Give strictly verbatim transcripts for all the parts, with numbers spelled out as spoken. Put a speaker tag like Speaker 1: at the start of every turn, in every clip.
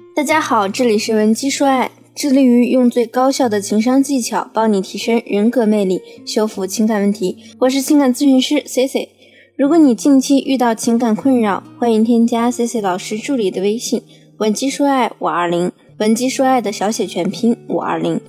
Speaker 1: 大家好，这里是文姬说爱，致力于用最高效的情商技巧帮你提升人格魅力，修复情感问题。我是情感咨询师 C C。 如果你近期遇到情感困扰，欢迎添加 C C 老师助理的微信文姬说爱五二零，文姬说爱的小写全拼五二零。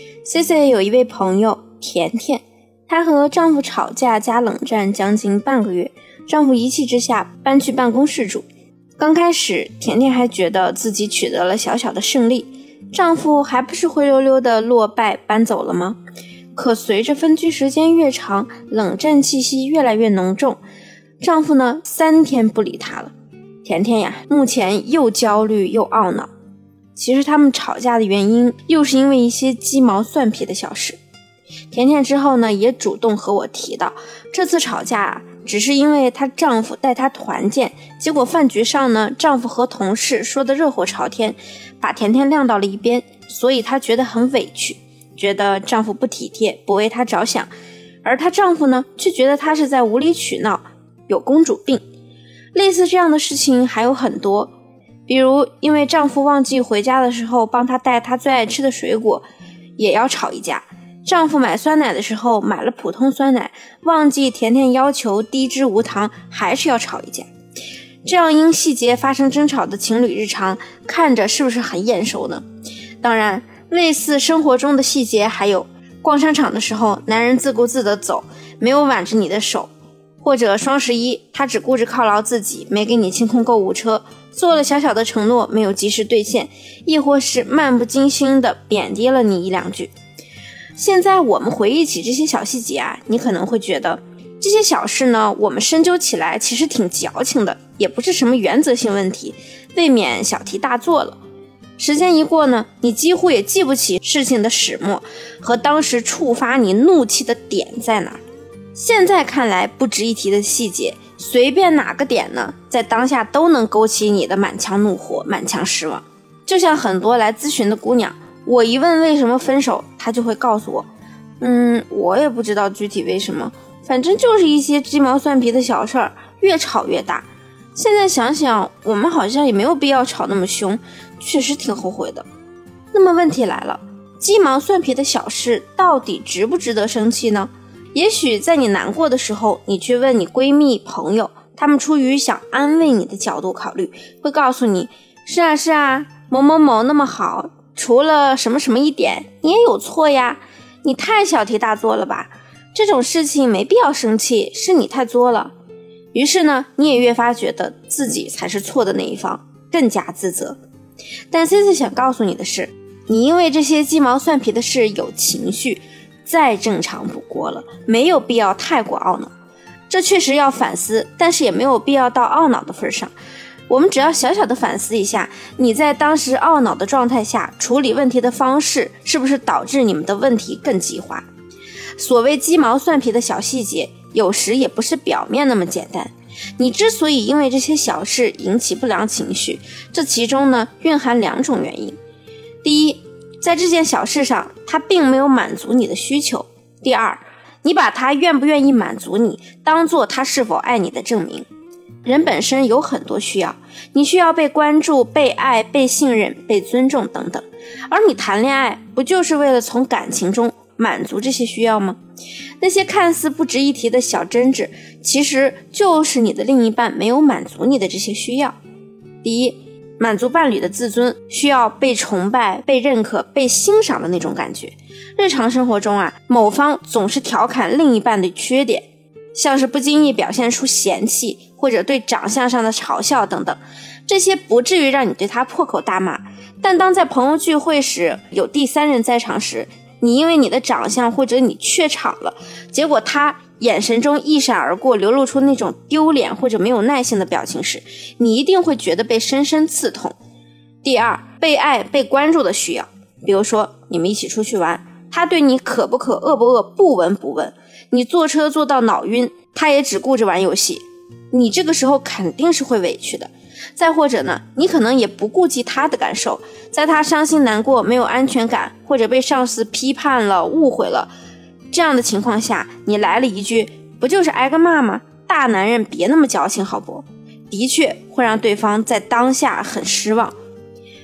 Speaker 1: C C 有一位朋友甜甜，她和丈夫吵架加冷战将近半个月，丈夫一气之下搬去办公室住。刚开始甜甜还觉得自己取得了小小的胜利，丈夫还不是灰溜溜的落败搬走了吗？可随着分居时间越长，冷战气息越来越浓重，丈夫呢三天不理她了。甜甜呀，目前又焦虑又懊恼。其实他们吵架的原因又是因为一些鸡毛蒜皮的小事。甜甜之后呢也主动和我提到，这次吵架啊只是因为她丈夫带她团建，结果饭局上呢，丈夫和同事说得热火朝天，把甜甜晾到了一边，所以她觉得很委屈，觉得丈夫不体贴，不为她着想，而她丈夫呢，却觉得她是在无理取闹，有公主病。类似这样的事情还有很多，比如因为丈夫忘记回家的时候帮她带她最爱吃的水果，也要吵一架。丈夫买酸奶的时候买了普通酸奶，忘记甜甜要求低脂无糖，还是要吵一架。这样因细节发生争吵的情侣日常，看着是不是很眼熟呢？当然，类似生活中的细节还有逛商场的时候，男人自顾自地走，没有挽着你的手，或者双十一他只顾着犒劳自己，没给你清空购物车，做了小小的承诺没有及时兑现，亦或是漫不经心地贬低了你一两句。现在我们回忆起这些小细节啊，你可能会觉得这些小事呢，我们深究起来其实挺矫情的，也不是什么原则性问题，未免小题大做了。时间一过呢，你几乎也记不起事情的始末和当时触发你怒气的点在哪儿。现在看来不值一提的细节，随便哪个点呢，在当下都能勾起你的满腔怒火，满腔失望。就像很多来咨询的姑娘，我一问为什么分手，她就会告诉我，嗯，我也不知道具体为什么，反正就是一些鸡毛蒜皮的小事儿，越吵越大。现在想想，我们好像也没有必要吵那么凶，确实挺后悔的。那么问题来了，鸡毛蒜皮的小事到底值不值得生气呢？也许在你难过的时候，你去问你闺蜜朋友，她们出于想安慰你的角度考虑，会告诉你，是啊是啊，某某某那么好，除了什么什么一点，你也有错呀，你太小题大做了吧，这种事情没必要生气，是你太作了。于是呢，你也越发觉得自己才是错的那一方，更加自责。但 C C 想告诉你的是，你因为这些鸡毛蒜皮的事有情绪，再正常不过了，没有必要太过懊恼。这确实要反思，但是也没有必要到懊恼的份上。我们只要小小的反思一下，你在当时懊恼的状态下处理问题的方式，是不是导致你们的问题更激化？所谓鸡毛蒜皮的小细节，有时也不是表面那么简单。你之所以因为这些小事引起不良情绪，这其中呢蕴含两种原因。第一，在这件小事上，它并没有满足你的需求。第二，你把他愿不愿意满足你，当做他是否爱你的证明。人本身有很多需要，你需要被关注、被爱、被信任、被尊重等等，而你谈恋爱不就是为了从感情中满足这些需要吗？那些看似不值一提的小争执，其实就是你的另一半没有满足你的这些需要。第一，满足伴侣的自尊，需要被崇拜、被认可、被欣赏的那种感觉。日常生活中啊，某方总是调侃另一半的缺点，像是不经意表现出嫌弃，或者对长相上的嘲笑等等，这些不至于让你对他破口大骂，但当在朋友聚会时，有第三人在场时，你因为你的长相或者你怯场了，结果他眼神中一闪而过，流露出那种丢脸或者没有耐心的表情时，你一定会觉得被深深刺痛。第二，被爱、被关注的需要，比如说你们一起出去玩，他对你渴不渴、饿不饿不闻不问，你坐车坐到脑晕，他也只顾着玩游戏，你这个时候肯定是会委屈的。再或者呢，你可能也不顾及他的感受，在他伤心难过、没有安全感，或者被上司批判了、误会了，这样的情况下，你来了一句，不就是挨个骂吗？大男人别那么矫情好不？的确会让对方在当下很失望。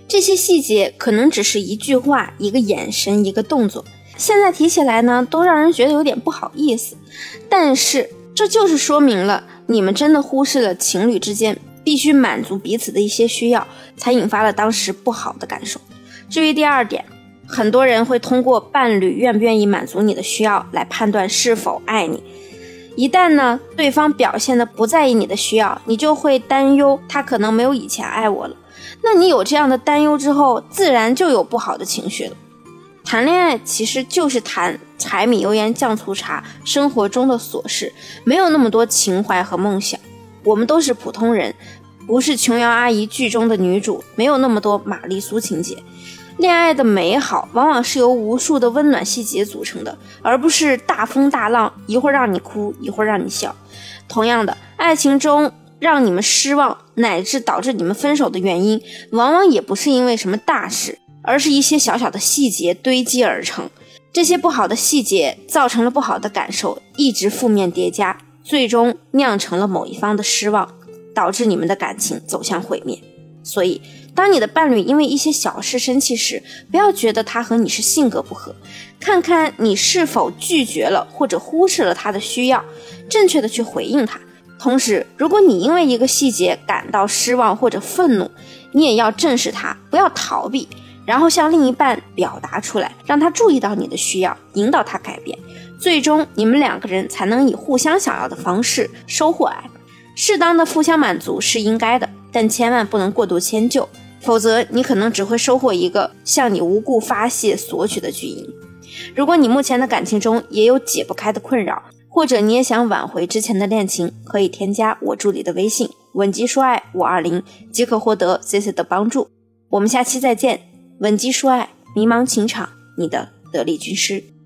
Speaker 1: 这些细节可能只是一句话、一个眼神、一个动作，现在提起来呢，都让人觉得有点不好意思。但是这就是说明了你们真的忽视了情侣之间必须满足彼此的一些需要，才引发了当时不好的感受。至于第二点，很多人会通过伴侣愿不愿意满足你的需要来判断是否爱你。一旦呢，对方表现的不在意你的需要，你就会担忧他可能没有以前爱我了。那你有这样的担忧之后，自然就有不好的情绪了。谈恋爱其实就是谈柴米油盐酱醋茶，生活中的琐事，没有那么多情怀和梦想。我们都是普通人，不是琼瑶阿姨剧中的女主，没有那么多玛丽苏情节。恋爱的美好往往是由无数的温暖细节组成的，而不是大风大浪，一会儿让你哭，一会儿让你笑。同样的，爱情中让你们失望乃至导致你们分手的原因，往往也不是因为什么大事，而是一些小小的细节堆积而成。这些不好的细节造成了不好的感受，一直负面叠加，最终酿成了某一方的失望，导致你们的感情走向毁灭。所以当你的伴侣因为一些小事生气时，不要觉得他和你是性格不合，看看你是否拒绝了或者忽视了他的需要，正确的去回应他。同时，如果你因为一个细节感到失望或者愤怒，你也要正视它，不要逃避，然后向另一半表达出来，让他注意到你的需要，引导他改变，最终你们两个人才能以互相想要的方式收获爱。适当的互相满足是应该的，但千万不能过度迁就，否则你可能只会收获一个向你无故发泄索取的巨婴。如果你目前的感情中也有解不开的困扰，或者你也想挽回之前的恋情，可以添加我助理的微信文姬说爱五二零，即可获得 C C 的帮助。我们下期再见，文姬说爱，迷茫情场，你的得力军师。